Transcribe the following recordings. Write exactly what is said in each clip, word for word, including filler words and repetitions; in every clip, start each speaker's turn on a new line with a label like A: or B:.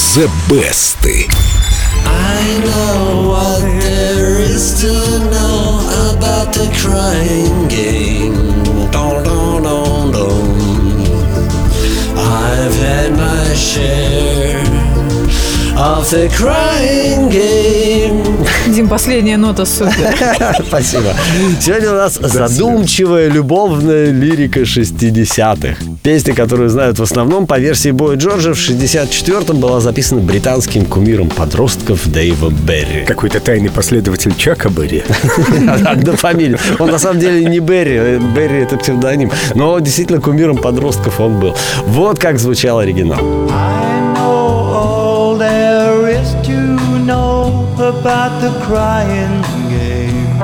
A: The Best.
B: I know what there is to know about the crying game. Dun, dun, dun, dun. I've had my share of the crying game.
C: Дим, последняя нота супер.
D: Спасибо. Сегодня у нас задумчивая, любовная лирика шестидесятых. Песня, которую знают в основном по версии Бой Джорджа, в шестьдесят четвёртом была записана британским кумиром подростков Дэйва Берри.
A: Какой-то тайный последователь Чака Берри.
D: Одна фамилия. Он на самом деле не Берри. Берри — это псевдоним. Но действительно кумиром подростков он был. Вот как звучал оригинал.
E: About the crying game.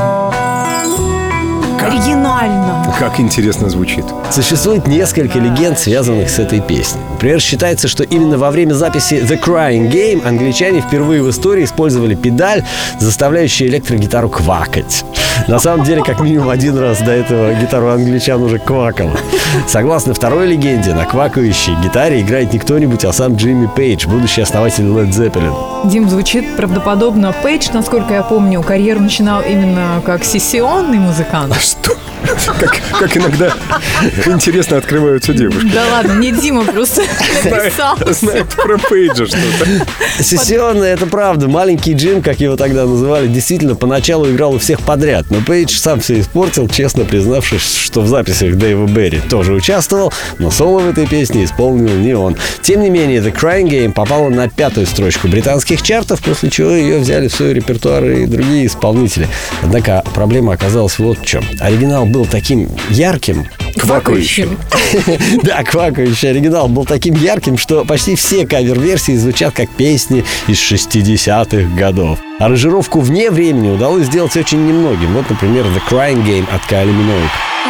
C: Оригинально.
A: Как интересно звучит.
D: Существует несколько легенд, связанных с этой песней. Например, считается, что именно во время записи The Crying Game англичане впервые в истории использовали педаль, заставляющую электрогитару квакать. На самом деле, как минимум один раз до этого гитару англичан уже квакала. Согласно второй легенде, на квакающей гитаре играет не кто-нибудь, а сам Джимми Пейдж, будущий основатель Led Zeppelin.
C: Дим, звучит правдоподобно. Пейдж, насколько я помню, карьеру начинал именно как сессионный музыкант.
A: Что? Как, как иногда интересно открываются девушки.
C: Да ладно, не Дима просто записал.
A: Знает про Пейджа что-то.
D: Сессионный — это правда. Маленький Джим, как его тогда называли, действительно поначалу играл у всех подряд. Но Пейдж сам все испортил, честно признавшись, что в записях Дэйва Берри тоже участвовал, но соло в этой песне исполнил не он. Тем не менее, The Crying Game попала на пятую строчку британских чартов, после чего ее взяли в свой репертуар и другие исполнители. Однако проблема оказалась вот в чем. Оригинал был таким ярким,
A: Квакающим.
D: Да, квакающий оригинал был таким ярким, что почти все кавер-версии звучат как песни из шестидесятых годов. Аранжировку вне времени удалось сделать очень немногим. Вот, например, The Crying Game от Кайли Миноуг.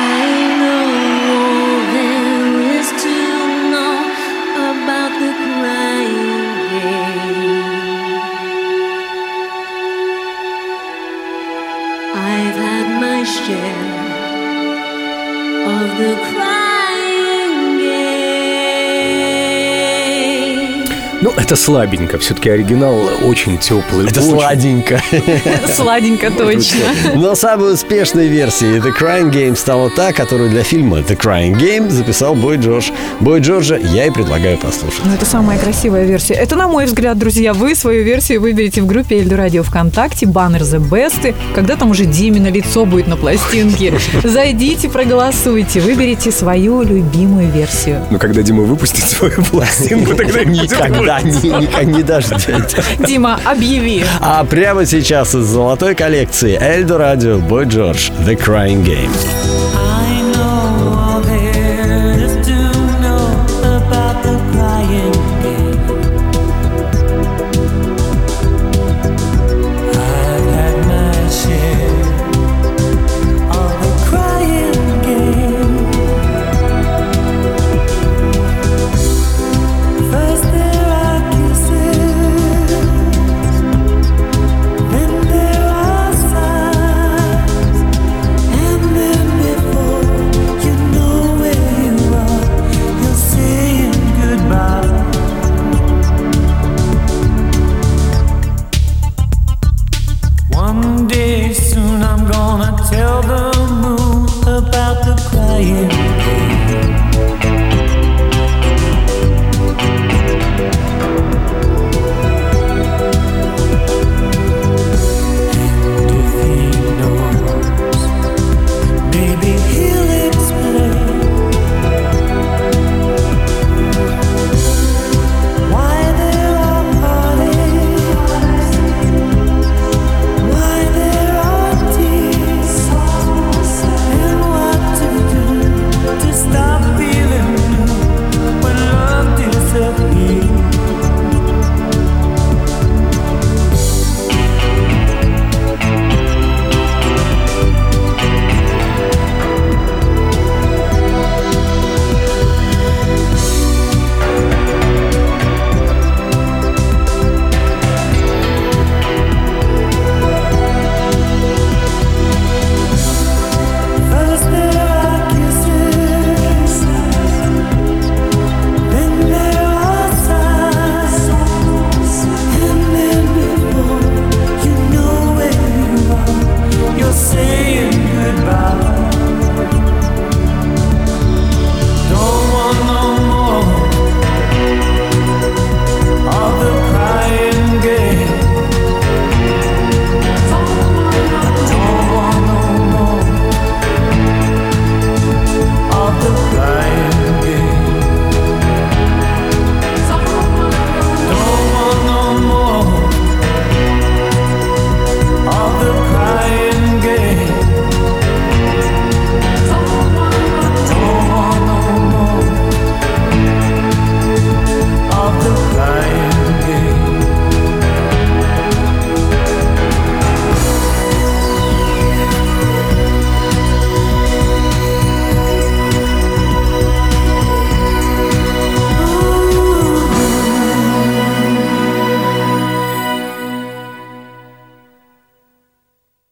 F: I've had my share of the crying game.
A: Ну, это слабенько. Все-таки оригинал очень теплый.
D: Это
A: очень...
D: сладенько.
C: Сладенько, точно.
D: Но самой успешной версией The Crying Game стала та, которую для фильма The Crying Game записал Бой Джордж. Бой Джорджа я и предлагаю послушать.
C: Ну, это самая красивая версия. Это, на мой взгляд, друзья, вы свою версию выберете в группе Эльдо Радио ВКонтакте, баннер The Best. Когда там уже Димина лицо будет на пластинке. Зайдите, проголосуйте, выберите свою любимую версию.
A: Ну, когда Дима выпустит свою пластинку, тогда
D: никогда не, не дождете.
C: Дима, объяви.
D: А прямо сейчас из золотой коллекции Эльдо Радио, Бой Джордж, The Crying Game.
E: Tell the moon about the crying game. And if he knows, maybe